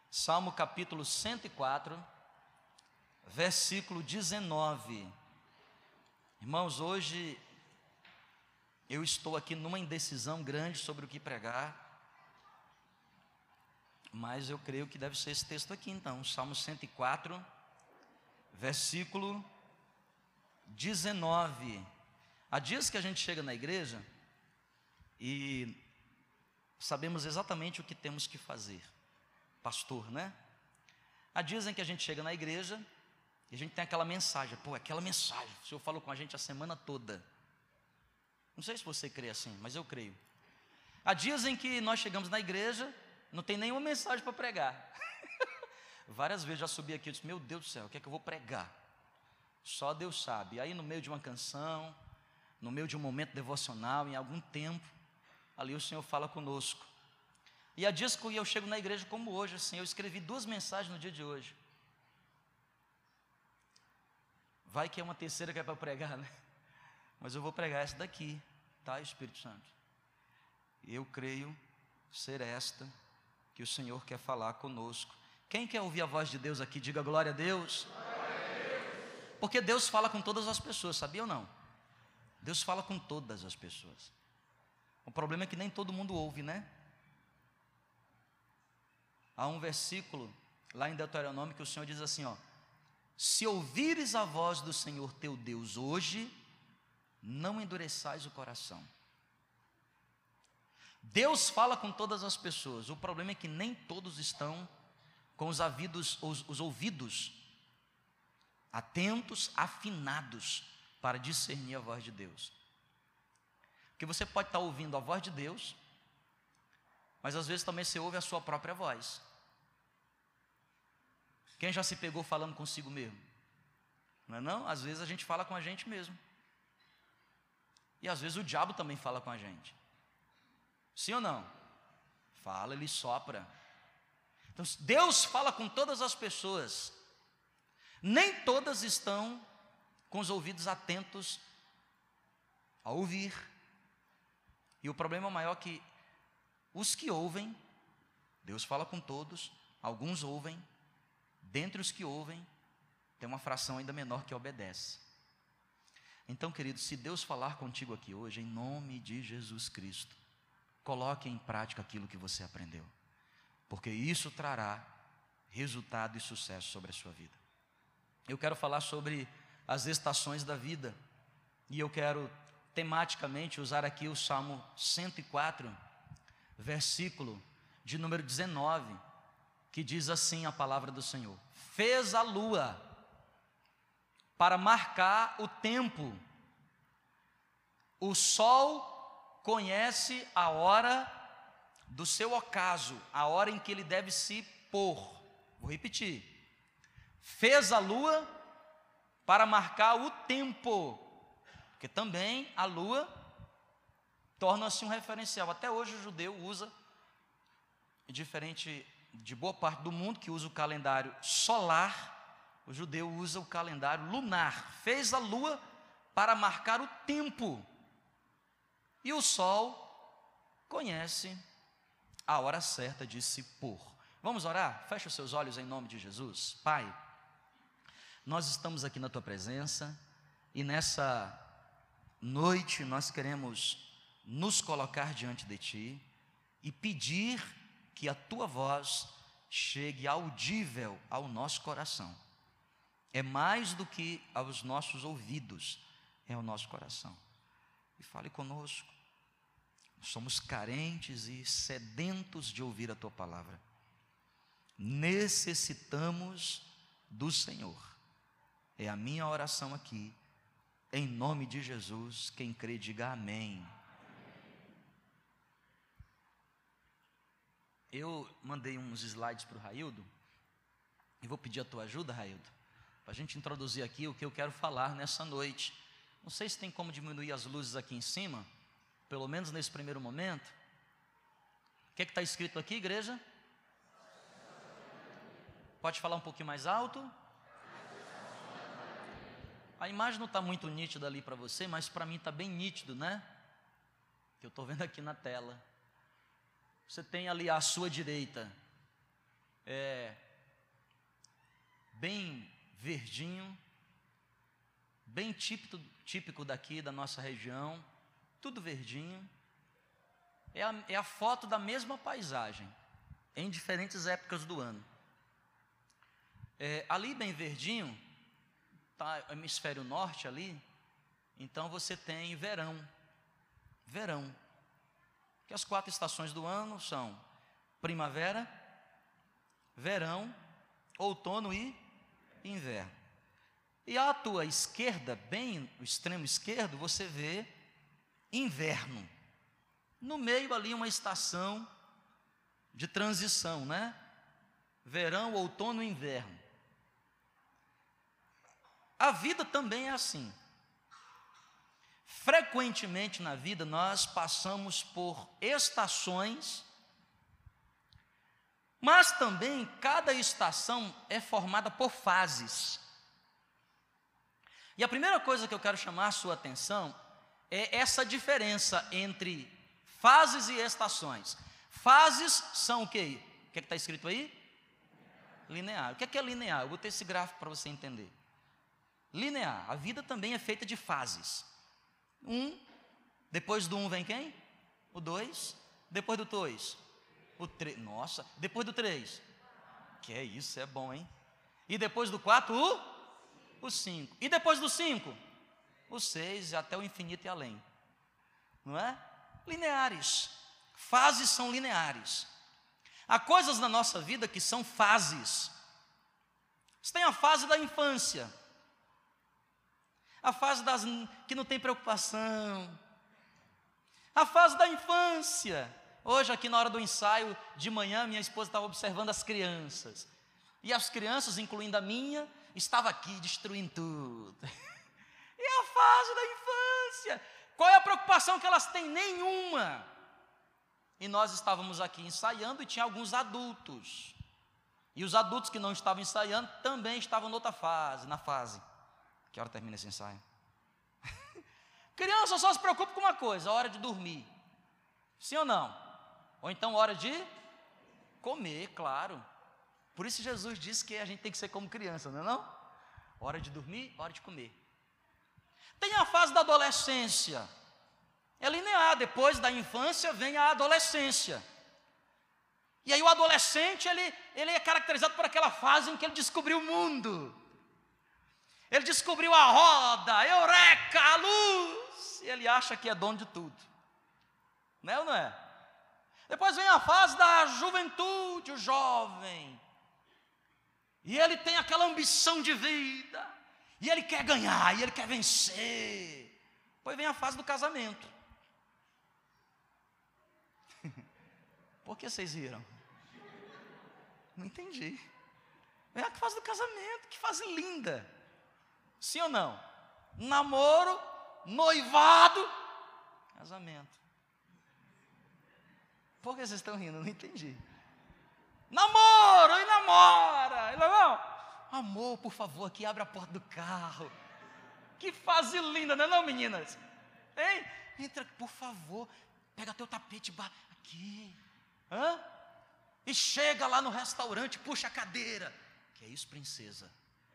Salmo capítulo 104, versículo 19. Irmãos, hoje eu estou aqui numa indecisão grande sobre o que pregar, mas eu creio que deve ser esse texto aqui então, Salmo 104, versículo 19. Há dias que a gente chega na igreja e sabemos exatamente o que temos que fazer. Pastor, né? Há dias em que a gente chega na igreja e a gente tem aquela mensagem, aquela mensagem, o Senhor falou com a gente a semana toda. Não sei se você crê assim, mas eu creio. Há dias em que nós chegamos na igreja, não tem nenhuma mensagem para pregar. Várias vezes já subi aqui e disse, meu Deus do céu, o que é que eu vou pregar? Só Deus sabe. E aí no meio de uma canção, no meio de um momento devocional, em algum tempo, ali o Senhor fala conosco. E há dias que eu chego na igreja como hoje, assim, eu escrevi 2 mensagens no dia de hoje. Vai que é uma terceira que é para pregar, né? Mas eu vou pregar essa daqui, tá, Espírito Santo? Eu creio ser esta que o Senhor quer falar conosco. Quem quer ouvir a voz de Deus aqui, diga glória a Deus. Porque Deus fala com todas as pessoas, sabia ou não? Deus fala com todas as pessoas. O problema é que nem todo mundo ouve, né? Há um versículo lá em Deuteronômio que o Senhor diz assim, ó: se ouvires a voz do Senhor teu Deus hoje, não endureçais o coração. Deus fala com todas as pessoas. O problema é que nem todos estão com os ouvidos atentos, afinados para discernir a voz de Deus. Porque você pode estar ouvindo a voz de Deus, mas às vezes também você ouve a sua própria voz. Quem já se pegou falando consigo mesmo? Não é não? Às vezes a gente fala com a gente mesmo. E às vezes o diabo também fala com a gente. Sim ou não? Fala, ele sopra. Então Deus fala com todas as pessoas. Nem todas estão com os ouvidos atentos a ouvir. E o problema maior é que os que ouvem, Deus fala com todos, alguns ouvem, dentre os que ouvem, tem uma fração ainda menor que obedece. Então, querido, se Deus falar contigo aqui hoje, em nome de Jesus Cristo, coloque em prática aquilo que você aprendeu, porque isso trará resultado e sucesso sobre a sua vida. Eu quero falar sobre as estações da vida, e eu quero tematicamente usar aqui o Salmo 104, versículo de número 19, que diz assim a palavra do Senhor: fez a lua para marcar o tempo, o sol conhece a hora do seu ocaso, a hora em que ele deve se pôr. Vou repetir: fez a lua para marcar o tempo, porque também a lua torna-se um referencial. Até hoje o judeu usa, diferente de boa parte do mundo que usa o calendário solar, o judeu usa o calendário lunar. Fez a lua para marcar o tempo, e o sol conhece a hora certa de se pôr. Vamos orar? Fecha os seus olhos em nome de Jesus. Pai, nós estamos aqui na Tua presença, e nessa noite nós queremos nos colocar diante de Ti e pedir que a Tua voz chegue audível ao nosso coração. É mais do que aos nossos ouvidos, é ao nosso coração. E fale conosco. Somos carentes e sedentos de ouvir a Tua palavra. Necessitamos do Senhor. É a minha oração aqui, em nome de Jesus. Quem crê, diga amém. Eu mandei uns slides para o Raildo, e vou pedir a tua ajuda, Raildo, para a gente introduzir aqui o que eu quero falar nessa noite. Não sei se tem como diminuir as luzes aqui em cima, pelo menos nesse primeiro momento. O que está escrito aqui, igreja? Pode falar um pouquinho mais alto? A imagem não está muito nítida ali para você, mas para mim está bem nítido, né? Que eu estou vendo aqui na tela. Você tem ali à sua direita bem verdinho, bem típico daqui da nossa região, tudo verdinho. É a foto da mesma paisagem, em diferentes épocas do ano. Ali bem verdinho, está o hemisfério norte ali, então você tem verão, que as 4 estações do ano são primavera, verão, outono e inverno. E à tua esquerda, bem no extremo esquerdo, você vê inverno. No meio ali uma estação de transição, né? Verão, outono e inverno. A vida também é assim. Frequentemente na vida nós passamos por estações, mas também cada estação é formada por fases. E a primeira coisa que eu quero chamar a sua atenção é essa diferença entre fases e estações. Fases são o quê? O que está escrito aí? Linear. O que é linear? Eu botei esse gráfico para você entender. Linear. A vida também é feita de fases. Depois do 1 vem quem? O 2. Depois do 2, o 3. Nossa, depois do 3. Que é isso, é bom, hein? E depois do 4, o 5. E depois do 5, o 6, até o infinito e além. Não é? Lineares. Fases são lineares. Há coisas na nossa vida que são fases. Você tem a fase da infância, a fase que não tem preocupação, a fase da infância. Hoje aqui na hora do ensaio de manhã, minha esposa estava observando as crianças, e as crianças, incluindo a minha, estavam aqui destruindo tudo. E a fase da infância, qual é a preocupação que elas têm? Nenhuma. E nós estávamos aqui ensaiando e tinha alguns adultos, e os adultos que não estavam ensaiando também estavam noutra fase, na fase. Que hora termina esse ensaio? Criança só se preocupa com uma coisa, a hora de dormir. Sim ou não? Ou então hora de comer, claro. Por isso Jesus disse que a gente tem que ser como criança, não é não? Hora de dormir, hora de comer. Tem a fase da adolescência. É linear, depois da infância vem a adolescência. E aí o adolescente, ele é caracterizado por aquela fase em que ele descobriu o mundo. Ele descobriu a roda, eureka, a luz, e ele acha que é dono de tudo. Não é ou não é? Depois vem a fase da juventude, o jovem, e ele tem aquela ambição de vida, e ele quer ganhar, e ele quer vencer. Depois vem a fase do casamento. Por que vocês riram? Não entendi. Vem a fase do casamento, que fase linda. Sim ou não? Namoro, noivado, casamento. Por que vocês estão rindo? Não entendi. Namoro, e namora. Não. Amor, por favor, aqui abre a porta do carro. Que fase linda, não é não, meninas? Hein? Entra, por favor, pega teu tapete aqui. E chega lá no restaurante, puxa a cadeira. Que é isso, princesa?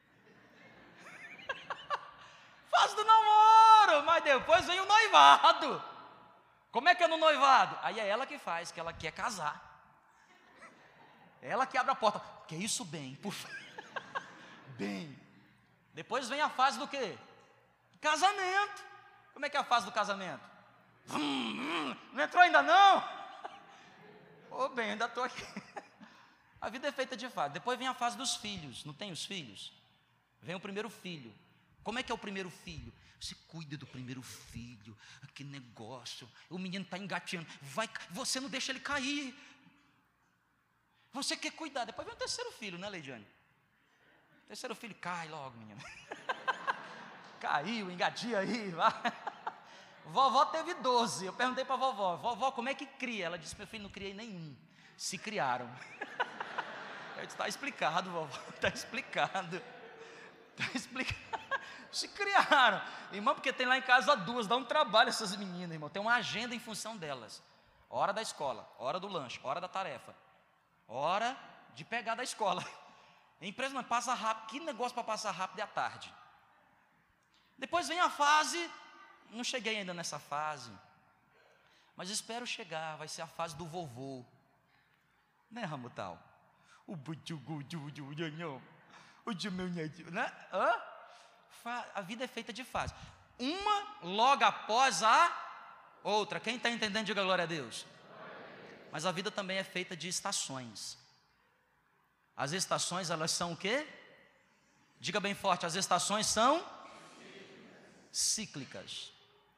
Fase do namoro, mas depois vem o noivado. Como é que é no noivado? Aí é ela que faz, que ela quer casar. Ela que abre a porta. Que é isso, bem, por favor. Bem. Depois vem a fase do quê? Casamento. Como é que é a fase do casamento? Não entrou ainda não? Ô bem, ainda estou aqui. A vida é feita de fase. Depois vem a fase dos filhos. Não tem os filhos? Vem o primeiro filho. Como é que é o primeiro filho? Você cuida do primeiro filho, que negócio, o menino está engateando, você não deixa ele cair, você quer cuidar. Depois vem o terceiro filho, né, Leidiane? O terceiro filho cai logo, menino. Caiu, engatia aí, vai. Vovó teve 12, eu perguntei para a vovó, como é que cria? Ela disse, meu filho, não criei nenhum, se criaram. Eu disse, está explicado, vovó, está explicado. Se criaram, irmão, porque tem lá em casa 2, dá um trabalho essas meninas, irmão, tem uma agenda em função delas, hora da escola, hora do lanche, hora da tarefa, hora de pegar da escola. É impressionante, passa rápido. Que negócio para passar rápido é à tarde. Depois vem a fase, não cheguei ainda nessa fase, mas espero chegar, vai ser a fase do vovô. Né, Ramutal? Né? A vida é feita de fases. Uma logo após a outra. Quem está entendendo, diga glória a Deus. Mas a vida também é feita de estações. As estações, elas são o quê? Diga bem forte, as estações são cíclicas.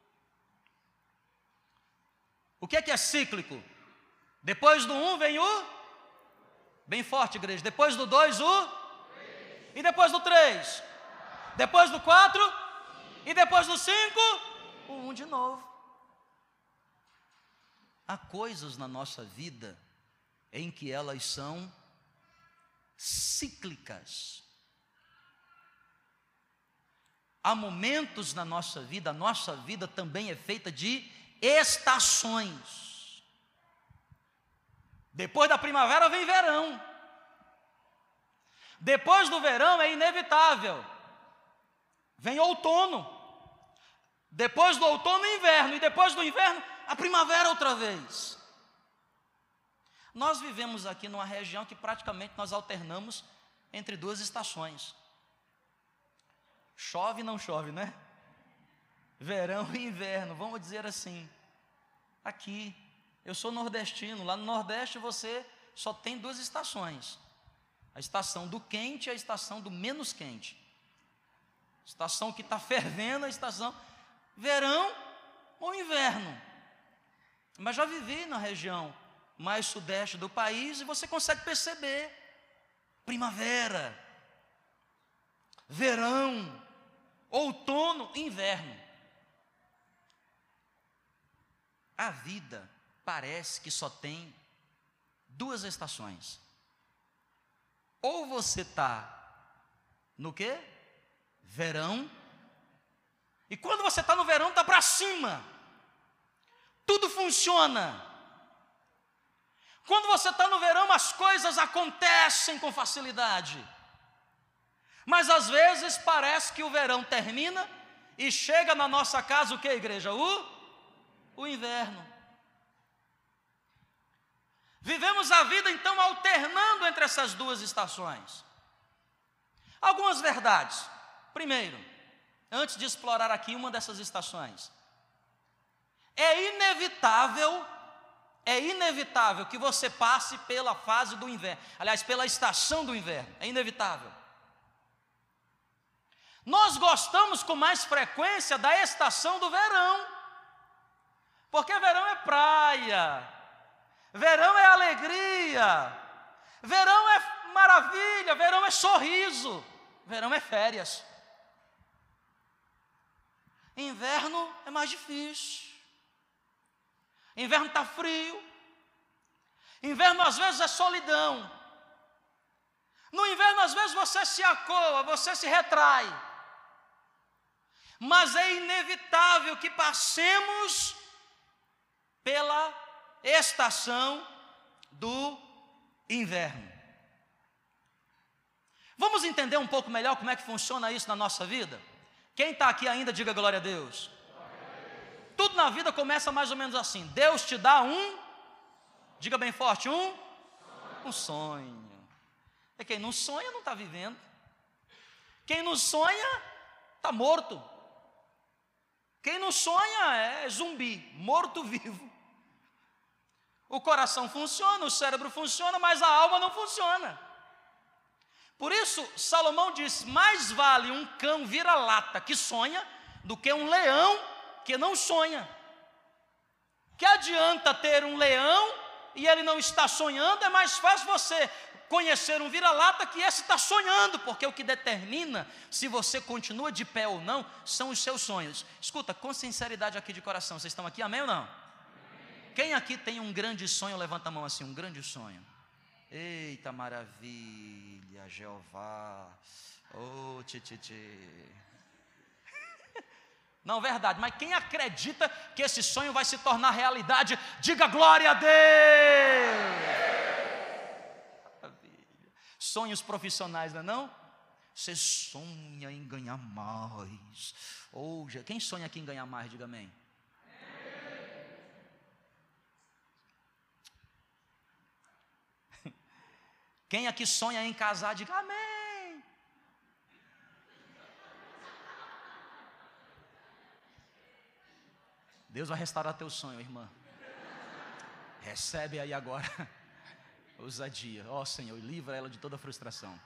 O que é cíclico? Depois do 1 vem o? Bem forte, igreja. Depois do 2 o? E depois do 3? Depois do 4? E depois do 5? O 1 de novo. Há coisas na nossa vida em que elas são cíclicas. Há momentos na nossa vida, a nossa vida também é feita de estações. Depois da primavera vem verão. Depois do verão é inevitável, vem outono. Depois do outono, inverno. E depois do inverno, a primavera outra vez. Nós vivemos aqui numa região que praticamente nós alternamos entre duas estações. Chove e não chove, né? Verão e inverno, vamos dizer assim. Aqui, eu sou nordestino, lá no Nordeste você só tem duas estações. A estação do quente e a estação do menos quente. A estação que está fervendo, a estação verão ou inverno. Mas já vivi na região mais sudeste do país e você consegue perceber. Primavera, verão, outono, inverno. A vida parece que só tem duas estações. Ou você está no quê? Verão. E quando você está no verão, está para cima. Tudo funciona. Quando você está no verão, as coisas acontecem com facilidade. Mas às vezes parece que o verão termina e chega na nossa casa o que, igreja? O inverno. Vivemos a vida então alternando entre essas duas estações. Algumas verdades. Primeiro, antes de explorar aqui uma dessas estações, é inevitável que você passe pela fase do inverno. Aliás, pela estação do inverno. É inevitável. Nós gostamos com mais frequência da estação do verão. Porque verão é praia. Verão é alegria. Verão é maravilha. Verão é sorriso. Verão é férias. Inverno é mais difícil. Inverno está frio. Inverno às vezes é solidão. No inverno às vezes você se acoa, você se retrai. Mas é inevitável que passemos pela estação do inverno. Vamos entender um pouco melhor como é que funciona isso na nossa vida? Quem está aqui ainda, diga glória a Deus. Tudo na vida começa mais ou menos assim. Deus te dá diga bem forte, um sonho. E quem não sonha não está vivendo. Quem não sonha está morto. Quem não sonha é zumbi, morto-vivo. O coração funciona, o cérebro funciona, mas a alma não funciona. Por isso, Salomão diz, mais vale um cão vira-lata que sonha, do que um leão que não sonha. Que adianta ter um leão e ele não está sonhando? É mais fácil você conhecer um vira-lata que esse está sonhando, porque o que determina se você continua de pé ou não são os seus sonhos. Escuta, com sinceridade aqui de coração, vocês estão aqui, amém ou não? Amém. Quem aqui tem um grande sonho, levanta a mão assim, um grande sonho. Eita maravilha, Jeová, oh tititi. Não, verdade, mas quem acredita que esse sonho vai se tornar realidade, diga glória a Deus. Maravilha. Sonhos profissionais, não é não? Você sonha em ganhar mais. Quem sonha aqui em ganhar mais, diga amém. Quem aqui sonha em casar, diga amém. Deus vai restaurar teu sonho, irmã. Recebe aí agora ousadia. Ó Senhor, livra ela de toda frustração.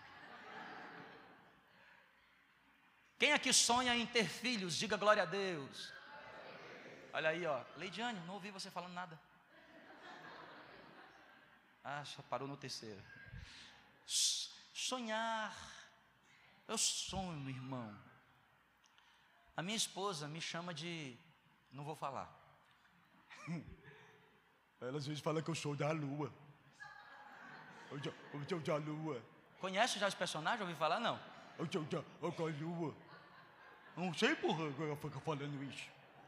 Quem aqui sonha em ter filhos, diga glória a Deus. Olha aí, ó. Leidiane, não ouvi você falando nada. Só parou no terceiro. Sonhar. Eu sonho, irmão. A minha esposa me chama de... Não vou falar. Ela às vezes fala que eu sou da lua. Eu sou da lua. Conhece já os personagens? Ouviu falar? Não. Eu sou da lua. Não sei por que ela fica falando isso.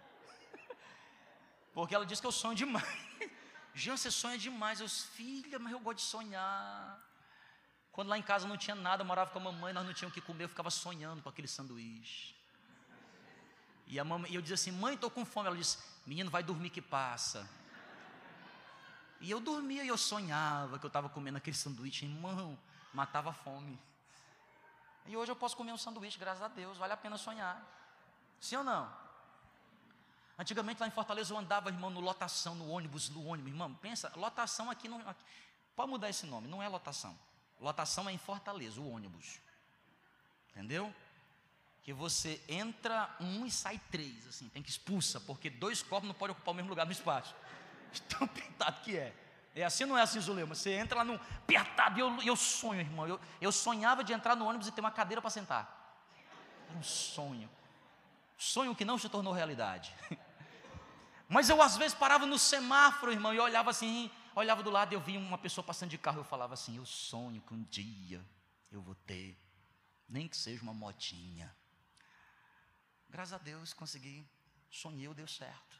Porque ela diz que eu sonho demais. Jean, você sonha demais. Filha, mas eu gosto de sonhar. Quando lá em casa não tinha nada, eu morava com a mamãe, nós não tínhamos o que comer, eu ficava sonhando com aquele sanduíche. E eu dizia assim, mãe, estou com fome. Ela disse, menino, vai dormir que passa. E eu dormia e eu sonhava que eu estava comendo aquele sanduíche, irmão, matava a fome. E hoje eu posso comer um sanduíche, graças a Deus, vale a pena sonhar. Sim ou não? Antigamente lá em Fortaleza eu andava, irmão, no lotação, no ônibus, irmão, pensa, lotação aqui não... Pode mudar esse nome, não é lotação. Lotação é em Fortaleza, o ônibus. Entendeu? Que você entra e sai 3, assim, tem que expulsa, porque 2 corpos não podem ocupar o mesmo lugar no espaço. Tão apertado que é. É assim, não é assim, Zulema? Você entra lá no apertado e eu sonho, irmão. Eu sonhava de entrar no ônibus e ter uma cadeira para sentar. Era um sonho. Sonho que não se tornou realidade. Mas eu às vezes parava no semáforo, irmão, e eu olhava assim, olhava do lado e eu via uma pessoa passando de carro. Eu falava assim, eu sonho que um dia eu vou ter, nem que seja uma motinha. Graças a Deus consegui, sonhei, deu certo.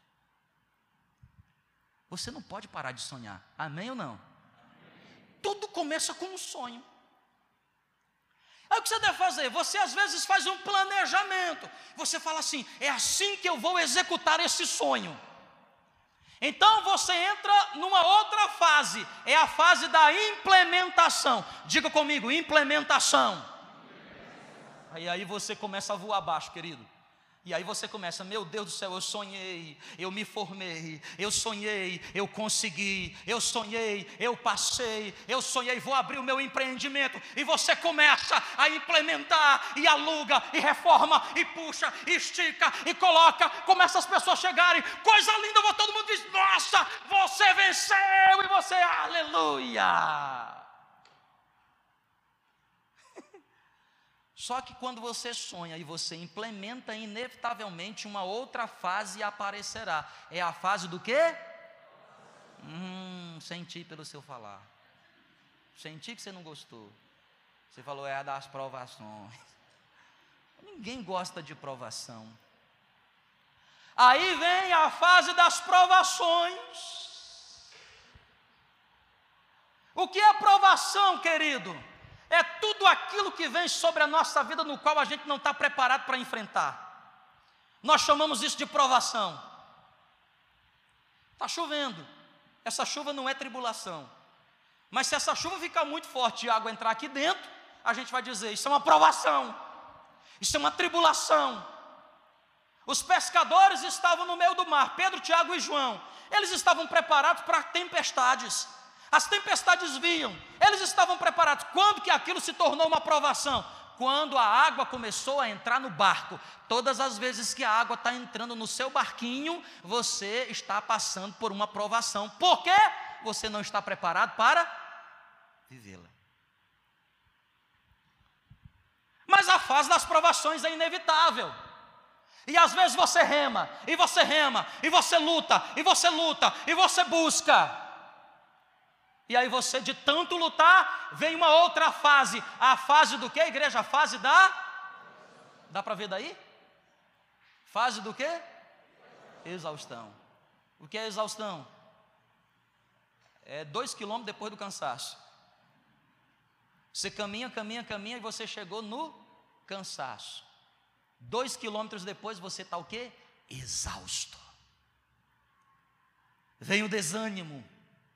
Você não pode parar de sonhar, amém ou não? Amém. Tudo começa com um sonho. Aí o que você deve fazer? Você às vezes faz um planejamento. Você fala assim, é assim que eu vou executar esse sonho. Então você entra numa outra fase, é a fase da implementação. Diga comigo, implementação. Aí você começa a voar abaixo, querido. E aí você começa, meu Deus do céu, eu sonhei, eu me formei, eu sonhei, eu consegui, eu sonhei, eu passei, eu sonhei, vou abrir o meu empreendimento. E você começa a implementar, e aluga, e reforma, e puxa, e estica, e coloca. Começa as pessoas chegarem, coisa linda, todo mundo diz, nossa, você venceu, e você, aleluia. Só que quando você sonha e você implementa, inevitavelmente uma outra fase aparecerá. É a fase do quê? Senti pelo seu falar. Senti que você não gostou. Você falou, é a das provações. Ninguém gosta de provação. Aí vem a fase das provações. O que é provação, querido? É tudo aquilo que vem sobre a nossa vida no qual a gente não está preparado para enfrentar. Nós chamamos isso de provação. Está chovendo. Essa chuva não é tribulação. Mas se essa chuva ficar muito forte e a água entrar aqui dentro, a gente vai dizer, isso é uma provação. Isso é uma tribulação. Os pescadores estavam no meio do mar, Pedro, Tiago e João. Eles estavam preparados para tempestades. As tempestades vinham, eles estavam preparados. Quando que aquilo se tornou uma provação? Quando a água começou a entrar no barco. Todas as vezes que a água está entrando no seu barquinho, você está passando por uma provação. Por quê? Você não está preparado para vivê-la. Mas a fase das provações é inevitável. E às vezes você rema, e você rema, e você luta, e você luta, e você busca. E aí você, de tanto lutar, vem uma outra fase. A fase do quê, igreja? A fase da... Dá para ver daí? Fase do quê? Exaustão. O que é exaustão? É 2 quilômetros depois do cansaço. Você caminha e você chegou no cansaço. 2 quilômetros depois você está o quê? Exausto. Vem o desânimo.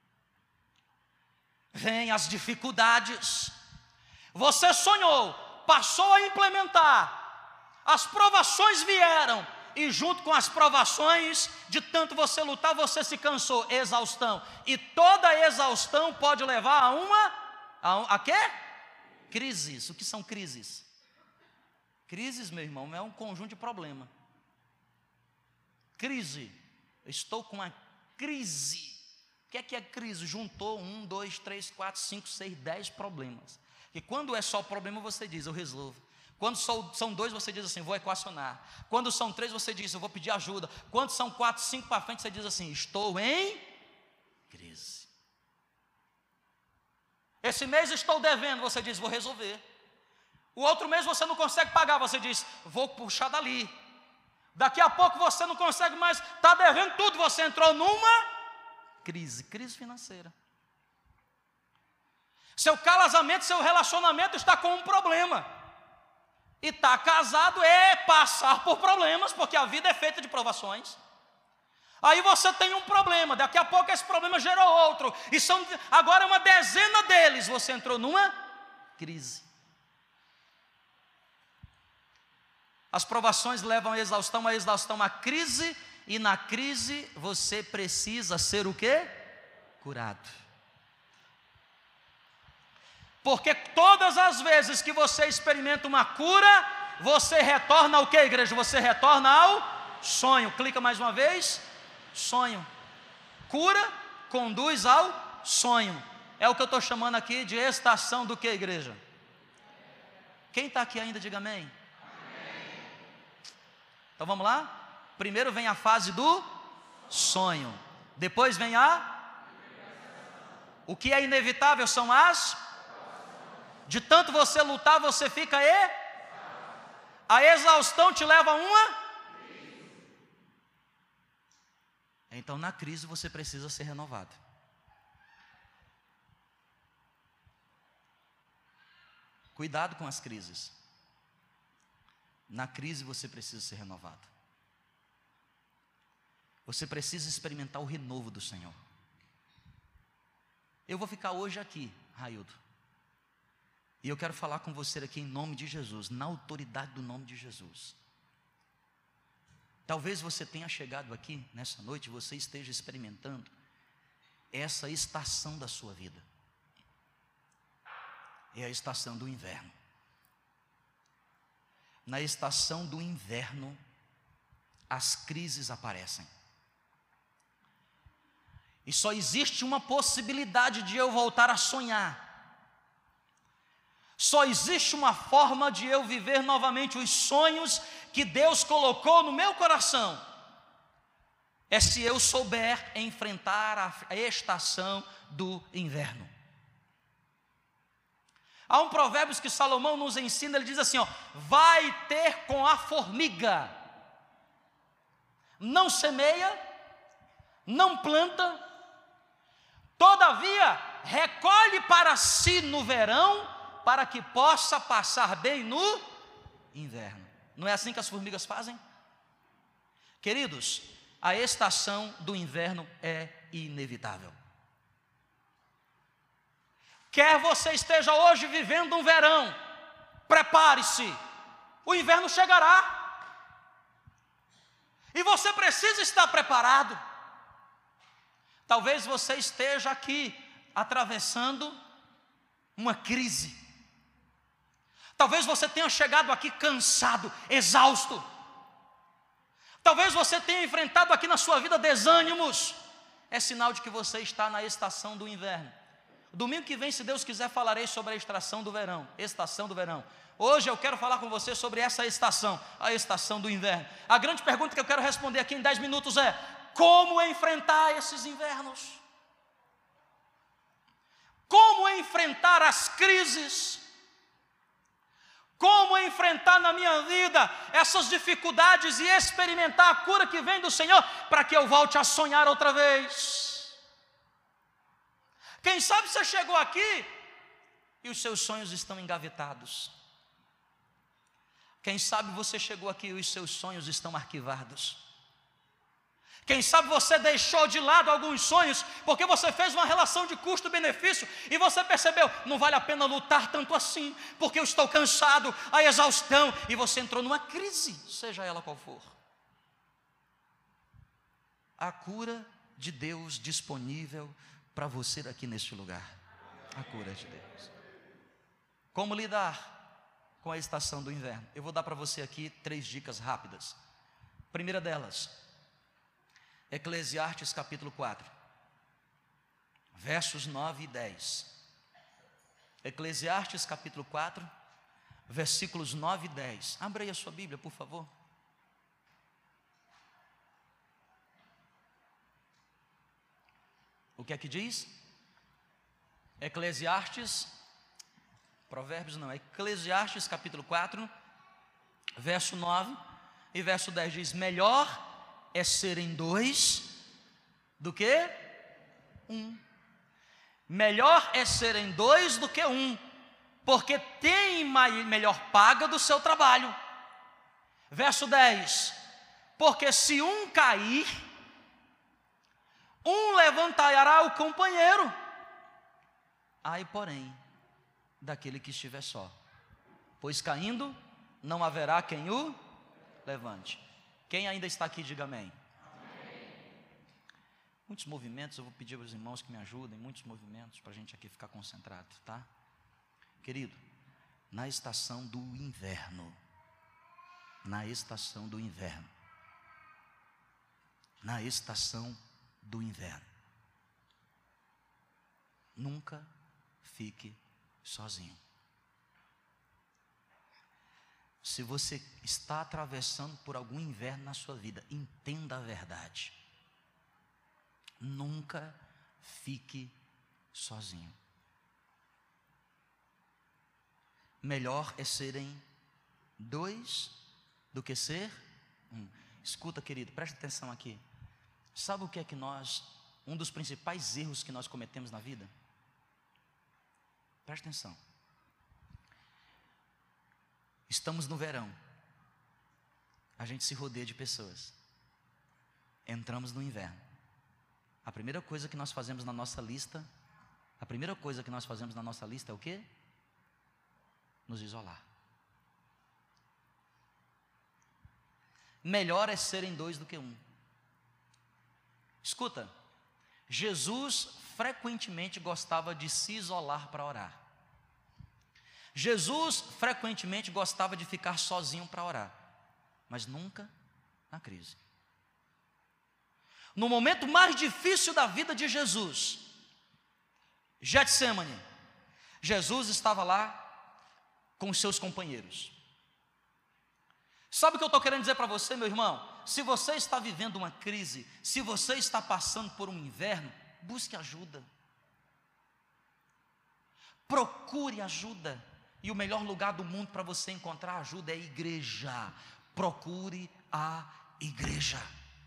Vem as dificuldades. Você sonhou, passou a implementar. As provações vieram. E junto com as provações, de tanto você lutar, você se cansou. Exaustão. E toda exaustão pode levar a quê? Crises. O que são crises? Crises, meu irmão, é um conjunto de problema. Crise. Eu estou com uma crise. O que é crise? Juntou 1, 2, 3, 4, 5, 6, 10 problemas. E quando é só problema, você diz, eu resolvo. Quando são 2, você diz assim, vou equacionar. Quando são 3, você diz, eu vou pedir ajuda. Quando são 4, 5 para frente, você diz assim, estou em crise. Esse mês estou devendo, você diz, vou resolver. O outro mês você não consegue pagar, você diz, vou puxar dali. Daqui a pouco você não consegue mais, está devendo tudo, você entrou numa crise financeira. Seu casamento, seu relacionamento está com um problema. E está casado é passar por problemas, porque a vida é feita de provações. Aí você tem um problema, daqui a pouco esse problema gerou outro, e agora uma dezena deles, você entrou numa crise. As provações levam à exaustão à crise, e na crise você precisa ser o quê? Curado. Porque todas as vezes que você experimenta uma cura, você retorna ao quê, igreja? Você retorna ao sonho. Clica mais uma vez. Sonho. Cura conduz ao sonho. É o que eu estou chamando aqui de estação do que, igreja? Quem está aqui ainda, diga amém. Então vamos lá? Primeiro vem a fase do sonho. Depois vem o que é inevitável são de tanto você lutar, você fica a exaustão te leva a uma. Então na crise você precisa ser renovado. Cuidado com as crises. Na crise você precisa ser renovado. Você precisa experimentar o renovo do Senhor. Eu vou ficar hoje aqui, Raildo. E eu quero falar com você aqui em nome de Jesus, na autoridade do nome de Jesus. Talvez você tenha chegado aqui nessa noite, você esteja experimentando essa estação da sua vida. É a estação do inverno. Na estação do inverno, as crises aparecem. E só existe uma possibilidade de eu voltar a sonhar. Só existe uma forma de eu viver novamente os sonhos que Deus colocou no meu coração. É se eu souber enfrentar a estação do inverno. Há um provérbio que Salomão nos ensina, ele diz assim, vai ter com a formiga. Não semeia, não planta, todavia recolhe para si no verão, para que possa passar bem no inverno. Não é assim que as formigas fazem? Queridos, a estação do inverno é inevitável. Quer você esteja hoje vivendo um verão, prepare-se, o inverno chegará. E você precisa estar preparado. Talvez você esteja aqui atravessando uma crise. Talvez você tenha chegado aqui cansado, exausto. Talvez você tenha enfrentado aqui na sua vida desânimos. É sinal de que você está na estação do inverno. Domingo que vem, se Deus quiser, falarei sobre a estação do verão. Hoje eu quero falar com você sobre essa estação, a estação do inverno. A grande pergunta que eu quero responder aqui em 10 minutos é: como enfrentar esses invernos? Como enfrentar as crises? Como enfrentar na minha vida essas dificuldades e experimentar a cura que vem do Senhor, para que eu volte a sonhar outra vez? Quem sabe você chegou aqui e os seus sonhos estão engavetados. Quem sabe você chegou aqui e os seus sonhos estão arquivados. Quem sabe você deixou de lado alguns sonhos, porque você fez uma relação de custo-benefício, e você percebeu, não vale a pena lutar tanto assim, porque eu estou cansado, a exaustão, e você entrou numa crise, seja ela qual for. A cura de Deus disponível para você aqui neste lugar. A cura de Deus. Como lidar com a estação do inverno? Eu vou dar para você aqui 3 dicas rápidas. Primeira delas, Eclesiastes capítulo 4, versos 9 e 10. Eclesiastes capítulo 4, versículos 9 e 10. Abra aí a sua Bíblia, por favor. O que é que diz? Eclesiastes capítulo 4, verso 9 e verso 10 diz: melhor é serem 2 do que 1. Melhor é serem 2 do que 1, porque tem melhor paga do seu trabalho. Verso 10: porque se um cair, um levantará o companheiro. Ai, porém, daquele que estiver só, pois caindo, não haverá quem o levante. Quem ainda está aqui, diga amém. Amém. Muitos movimentos, eu vou pedir aos irmãos que me ajudem, muitos movimentos para a gente aqui ficar concentrado, tá? Querido, na estação do inverno, na estação do inverno, na estação do inverno, nunca fique sozinho. Se você está atravessando por algum inverno na sua vida, entenda a verdade. Nunca fique sozinho. Melhor é serem 2 do que ser 1. Escuta, querido, presta atenção aqui. Sabe o que é que um dos principais erros que nós cometemos na vida? Presta atenção. Estamos no verão, a gente se rodeia de pessoas. Entramos no inverno. A primeira coisa que nós fazemos na nossa lista é o quê? Nos isolar. Melhor é serem 2 do que 1. Escuta, Jesus frequentemente gostava de se isolar para orar. Jesus frequentemente gostava de ficar sozinho para orar, mas nunca na crise. No momento mais difícil da vida de Jesus, Getsêmani, Jesus estava lá com os seus companheiros. Sabe o que eu estou querendo dizer para você, meu irmão? Se você está vivendo uma crise, se você está passando por um inverno, busque ajuda. Procure ajuda. E o melhor lugar do mundo para você encontrar ajuda é a igreja. Procure a igreja.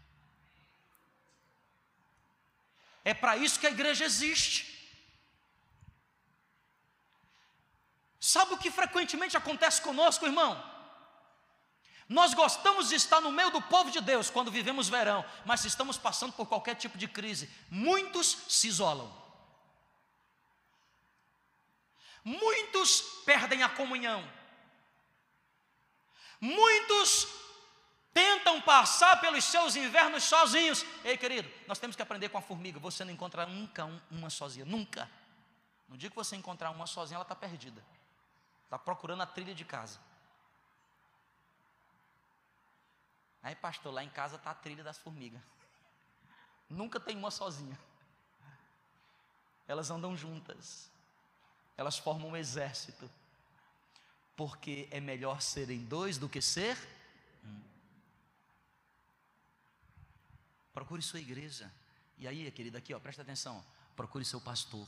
É para isso que a igreja existe. Sabe o que frequentemente acontece conosco, irmão? Nós gostamos de estar no meio do povo de Deus quando vivemos verão, mas se estamos passando por qualquer tipo de crise, muitos se isolam. Muitos perdem a comunhão. Muitos tentam passar pelos seus invernos sozinhos. Ei, querido, nós temos que aprender com a formiga. Você não encontra nunca uma sozinha, nunca. No dia que você encontrar uma sozinha, ela está perdida. Está procurando a trilha de casa. Aí, pastor, lá em casa está a trilha das formigas. Nunca tem uma sozinha. Elas andam juntas. Elas formam um exército. Porque é melhor serem 2 do que ser 1. Procure sua igreja. E aí, querida, aqui, ó, presta atenção. Procure seu pastor.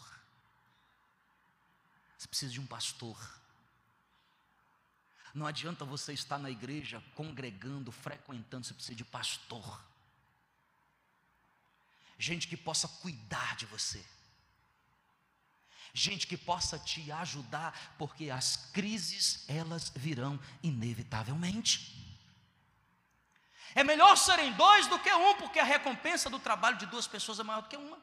Você precisa de um pastor. Não adianta você estar na igreja, congregando, frequentando, você precisa de pastor. Gente que possa cuidar de você. Gente que possa te ajudar, porque as crises, elas virão inevitavelmente. É melhor serem dois do que um, porque a recompensa do trabalho de duas pessoas é maior do que uma.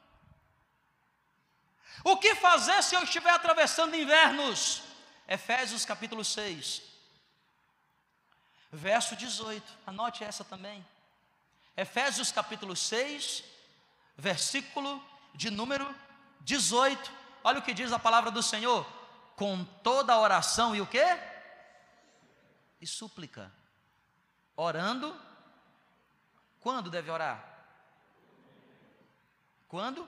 O que fazer se eu estiver atravessando invernos? Efésios capítulo 6, verso 18, anote essa também. Efésios capítulo 6, versículo de número 18. Olha o que diz a palavra do Senhor: com toda oração e o quê? E súplica, orando. Quando deve orar? Quando?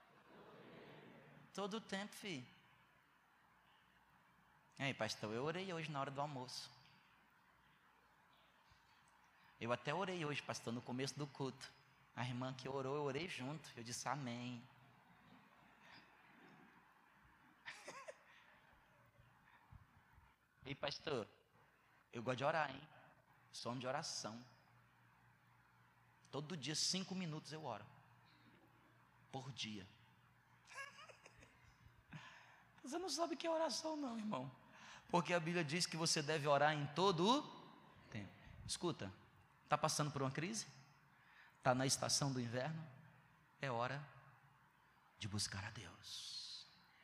Todo o tempo, filho. Ei, pastor, eu orei hoje na hora do almoço. Eu até orei hoje, pastor, no começo do culto. A irmã que orou, eu orei junto. Eu disse amém. Ei, pastor, eu gosto de orar, hein? Sou homem de oração. Todo dia, 5 minutos eu oro. Por dia. Você não sabe o que é oração não, irmão. Porque a Bíblia diz que você deve orar em todo o tempo. Escuta, está passando por uma crise? Está na estação do inverno? É hora de buscar a Deus.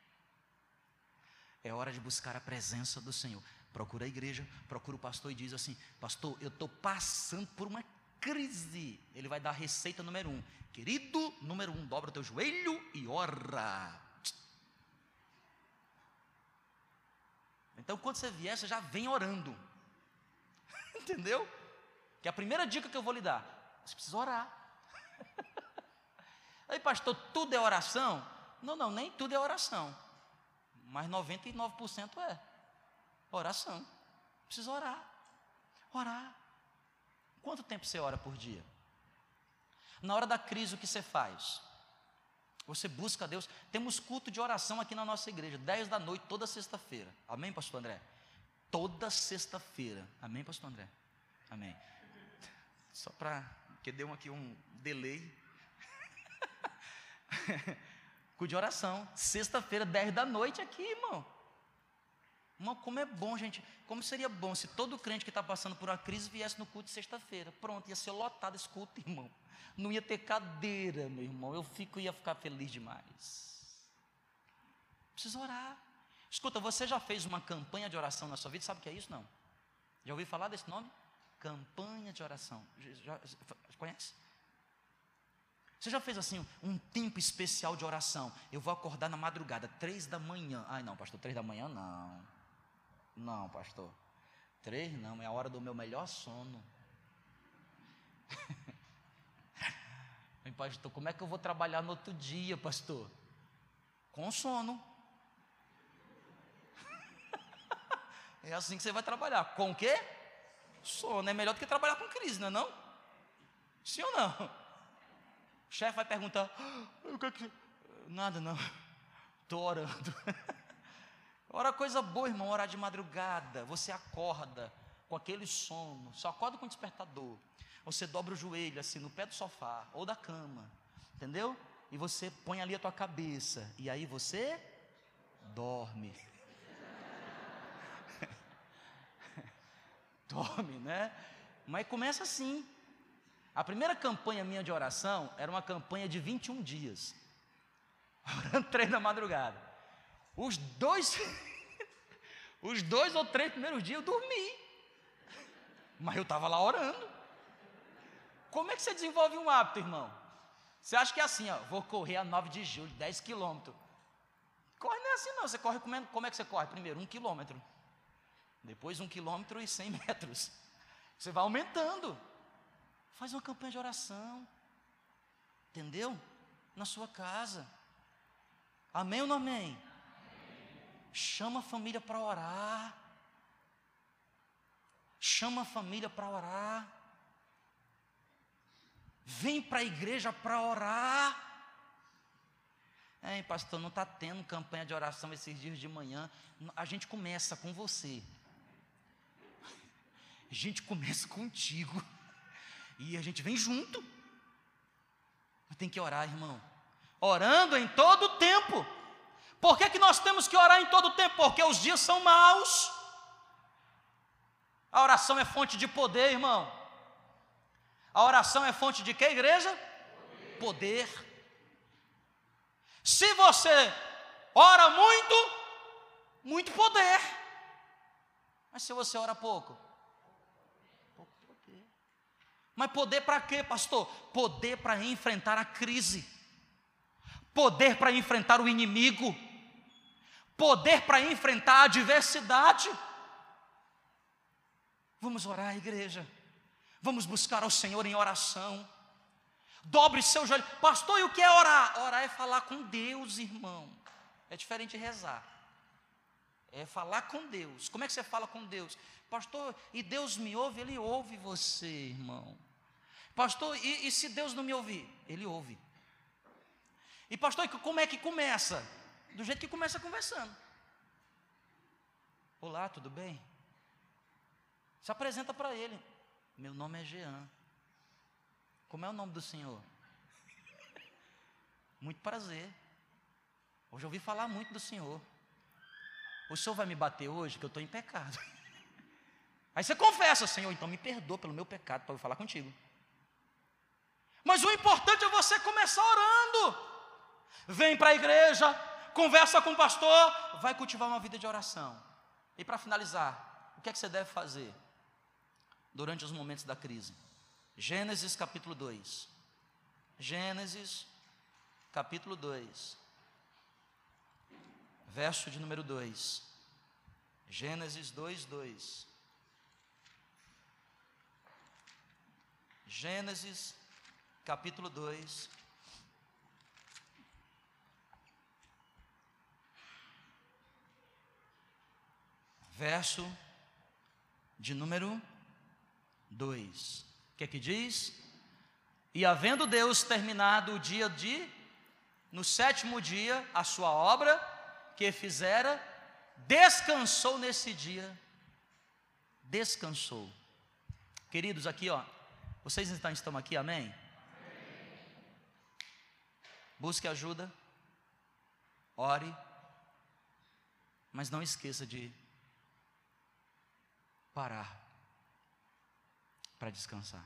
É hora de buscar a presença do Senhor. Procura a igreja, procura o pastor e diz assim: pastor, eu estou passando por uma crise. Ele vai dar a receita número 1. Querido, número 1, dobra o teu joelho e ora. Então, quando você vier, você já vem orando. Entendeu? Que é a primeira dica que eu vou lhe dar. Você precisa orar. Aí, pastor, tudo é oração? Não, nem tudo é oração. Mas 99% é oração. Precisa orar. Orar. Quanto tempo você ora por dia? Na hora da crise, o que você faz? Você busca a Deus. Temos culto de oração aqui na nossa igreja, 10 da noite, toda sexta-feira. Amém, pastor André? Toda sexta-feira. Amém, pastor André? Amém. Só para que deu aqui um delay. Culto de oração, sexta-feira, 10 da noite aqui, irmão. Irmão, como é bom, gente. Como seria bom se todo crente que está passando por uma crise viesse no culto de sexta-feira. Pronto, ia ser lotado esse culto, irmão. Não ia ter cadeira, meu irmão. Ia ficar feliz demais. Precisa orar. Escuta, você já fez uma campanha de oração na sua vida? Sabe o que é isso? Não? Já ouviu falar desse nome? Campanha de oração. Já conhece? Você já fez assim um tempo especial de oração? Eu vou acordar na madrugada, 3 da manhã. Ai não, pastor, 3 da manhã não. Não, pastor. 3 não, é a hora do meu melhor sono. Pastor, como é que eu vou trabalhar no outro dia, pastor? Com sono. É assim que você vai trabalhar. Com o quê? Sono. É melhor do que trabalhar com crise, não é não? Sim ou não? O chefe vai perguntar: o que é que... Nada não, estou orando. Ora coisa boa, irmão, orar de madrugada. Você acorda com aquele sono, só acorda com o despertador. Você dobra o joelho assim no pé do sofá ou da cama, entendeu? E você põe ali a tua cabeça, e aí você dorme. Dorme, né? Mas começa assim. A primeira campanha minha de oração era uma campanha de 21 dias. Orando 3 da madrugada. Os 2 ou 3 primeiros dias eu dormi. Mas eu estava lá orando. Como é que você desenvolve um hábito, irmão? Você acha que é assim, ó, vou correr a 9 de julho, 10 quilômetros. Corre não é assim não, você corre, como é que você corre? Primeiro 1 quilômetro. Depois 1 quilômetro e 100 metros. Você vai aumentando. Faz uma campanha de oração. Entendeu? Na sua casa. Amém ou não amém? Chama a família para orar. Chama a família para orar. Vem para a igreja para orar. Ei, pastor, não está tendo campanha de oração esses dias de manhã. A gente começa com você. A gente começa contigo. E a gente vem junto. Mas tem que orar, irmão. Orando em todo o tempo. Por que nós temos que orar em todo o tempo? Porque os dias são maus. A oração é fonte de poder, irmão. A oração é fonte de quê, igreja? Poder. Se você ora muito, muito poder. Mas se você ora pouco, pouco poder. Mas poder para quê, pastor? Poder para enfrentar a crise. Poder para enfrentar o inimigo. Poder para enfrentar a adversidade. Vamos orar, igreja. Vamos buscar ao Senhor em oração. Dobre seu joelho. Pastor, e o que é orar? Orar é falar com Deus, irmão. É diferente de rezar. É falar com Deus. Como é que você fala com Deus? Pastor, e Deus me ouve? Ele ouve você, irmão. Pastor, e se Deus não me ouvir? Ele ouve. E pastor, como é que começa? Do jeito que começa conversando. Olá, tudo bem? Se apresenta para ele. Meu nome é Jean. Como é o nome do senhor? Muito prazer. Hoje eu ouvi falar muito do senhor. O senhor vai me bater hoje, que eu estou em pecado. Aí você confessa, Senhor, então me perdoa pelo meu pecado, para eu falar contigo. Mas o importante é você começar orando. Vem para a igreja, conversa com o pastor, vai cultivar uma vida de oração. E para finalizar, o que é que você deve fazer durante os momentos da crise? Gênesis capítulo 2. Gênesis capítulo 2. Verso de número 2. Gênesis 2:2. Gênesis capítulo 2. Verso de número 2. O que é que diz? E havendo Deus terminado o dia no sétimo dia, a sua obra que fizera, descansou nesse dia. Descansou. Queridos, aqui ó, vocês estão aqui, amém? Busque ajuda, ore, mas não esqueça de parar para descansar.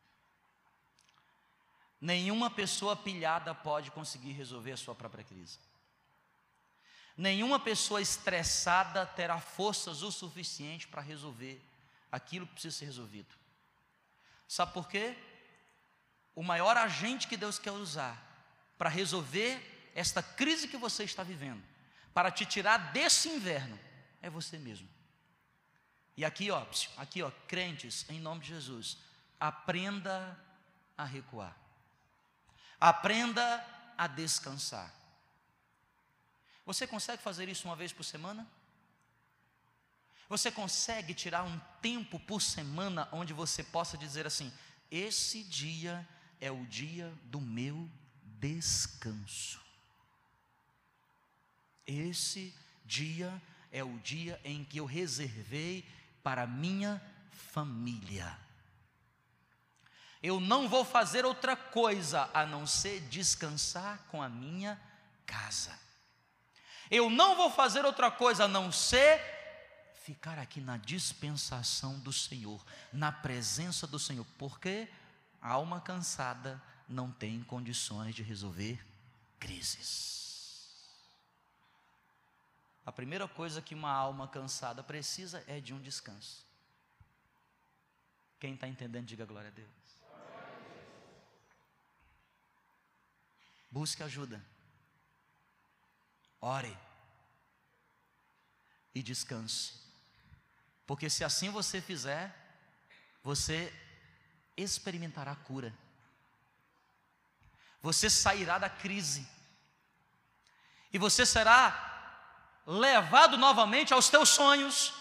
Nenhuma pessoa pilhada pode conseguir resolver a sua própria crise. Nenhuma pessoa estressada terá forças o suficiente para resolver aquilo que precisa ser resolvido. Sabe por quê? O maior agente que Deus quer usar para resolver esta crise que você está vivendo, para te tirar desse inverno, é você mesmo. E aqui ó, crentes, em nome de Jesus, aprenda a recuar. Aprenda a descansar. Você consegue fazer isso uma vez por semana? Você consegue tirar um tempo por semana onde você possa dizer assim: esse dia é o dia do meu descanso. Esse dia é o dia em que eu reservei para a minha família. Eu não vou fazer outra coisa a não ser descansar com a minha casa. Eu não vou fazer outra coisa a não ser ficar aqui na dispensação do Senhor, na presença do Senhor, porque a alma cansada não tem condições de resolver crises. A primeira coisa que uma alma cansada precisa é de um descanso. Quem está entendendo, diga glória a Deus. Busque ajuda. Ore. E descanse. Porque se assim você fizer, você experimentará a cura. Você sairá da crise. E você será levado novamente aos teus sonhos.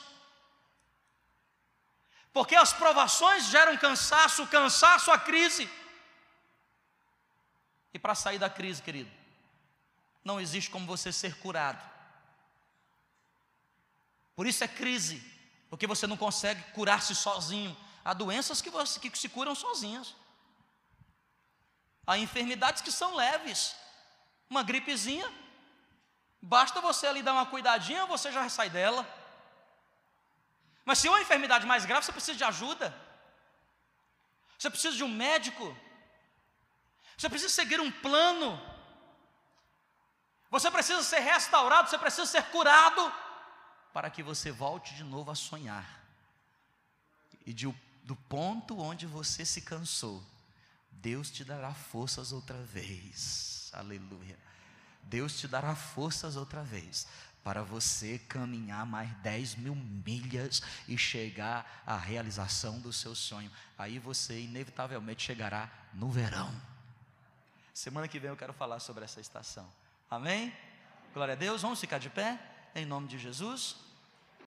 Porque as provações geram cansaço, o cansaço a crise. E para sair da crise, querido, não existe como você ser curado. Por isso é crise, porque você não consegue curar-se sozinho. Há doenças que se curam sozinhas. Há enfermidades que são leves. Uma gripezinha, Basta você ali dar uma cuidadinha, você já sai dela. Mas se é uma enfermidade mais grave, você precisa de ajuda. Você precisa de um médico. Você precisa seguir um plano. Você precisa ser restaurado, você precisa ser curado, para que você volte de novo a sonhar. E do ponto onde você se cansou, Deus te dará forças outra vez. Aleluia. Deus te dará forças outra vez, para você caminhar mais 10.000 milhas e chegar à realização do seu sonho. Aí você inevitavelmente chegará no verão. Semana que vem eu quero falar sobre essa estação. Amém? Glória a Deus. Vamos ficar de pé, em nome de Jesus.